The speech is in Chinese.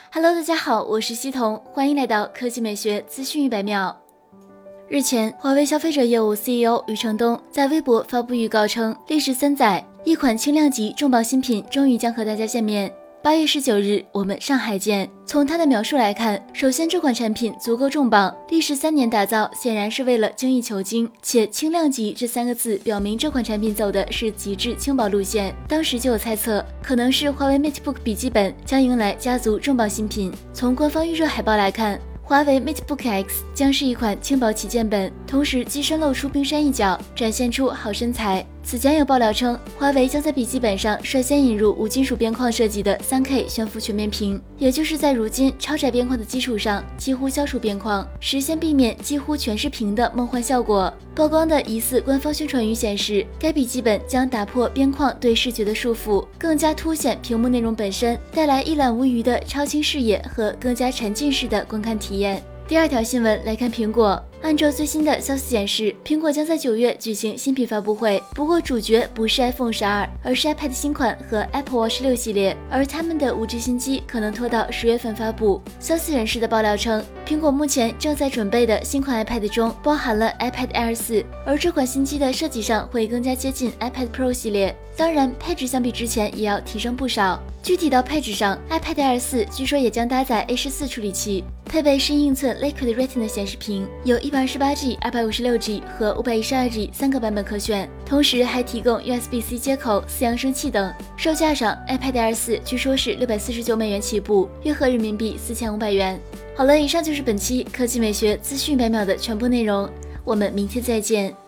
Hello， 大家好，我是西彤，欢迎来到科技美学资讯100秒。日前，华为消费者业务 CEO 余承东在微博发布预告称，历时3载，一款轻量级重磅新品终于将和大家见面。8月19日，我们上海见。从他的描述来看，首先这款产品足够重磅，历时3年打造，显然是为了精益求精，且轻量级这3个字表明这款产品走的是极致轻薄路线。当时就有猜测，可能是华为 MateBook 笔记本将迎来家族重磅新品。从官方预热海报来看，华为 MateBook X 将是一款轻薄旗舰本，同时机身露出冰山一角，展现出好身材。此前有爆料称，华为将在笔记本上率先引入无金属边框设计的 3K 悬浮全面屏，也就是在如今超窄边框的基础上，几乎消除边框，实现避免几乎全是屏的梦幻效果。曝光的疑似官方宣传语显示，该笔记本将打破边框对视觉的束缚，更加凸显屏幕内容本身，带来一览无余的超清视野和更加沉浸式的观看体验。第二条新闻来看苹果。按照最新的消息显示，苹果将在9月举行新品发布会，不过主角不是 iPhone 12，而是 iPad 新款和 Apple Watch 6系列，而他们的5G 新机可能拖到10月份发布。消息人士的爆料称，苹果目前正在准备的新款 iPad 中包含了 iPad Air 4，而这款新机的设计上会更加接近 iPad Pro 系列，当然配置相比之前也要提升不少。具体到配置上， iPad Air 4据说也将搭载 A14 处理器，配备11英寸 Liquid Retina 显示屏，有128G、256G 和512G 3个版本可选，同时还提供 USB-C 接口、4扬声器等。售价上 iPad Air 4据说是649美元起步，约合人民币4500元。好了，以上就是本期科技美学资讯100秒的全部内容，我们明天再见。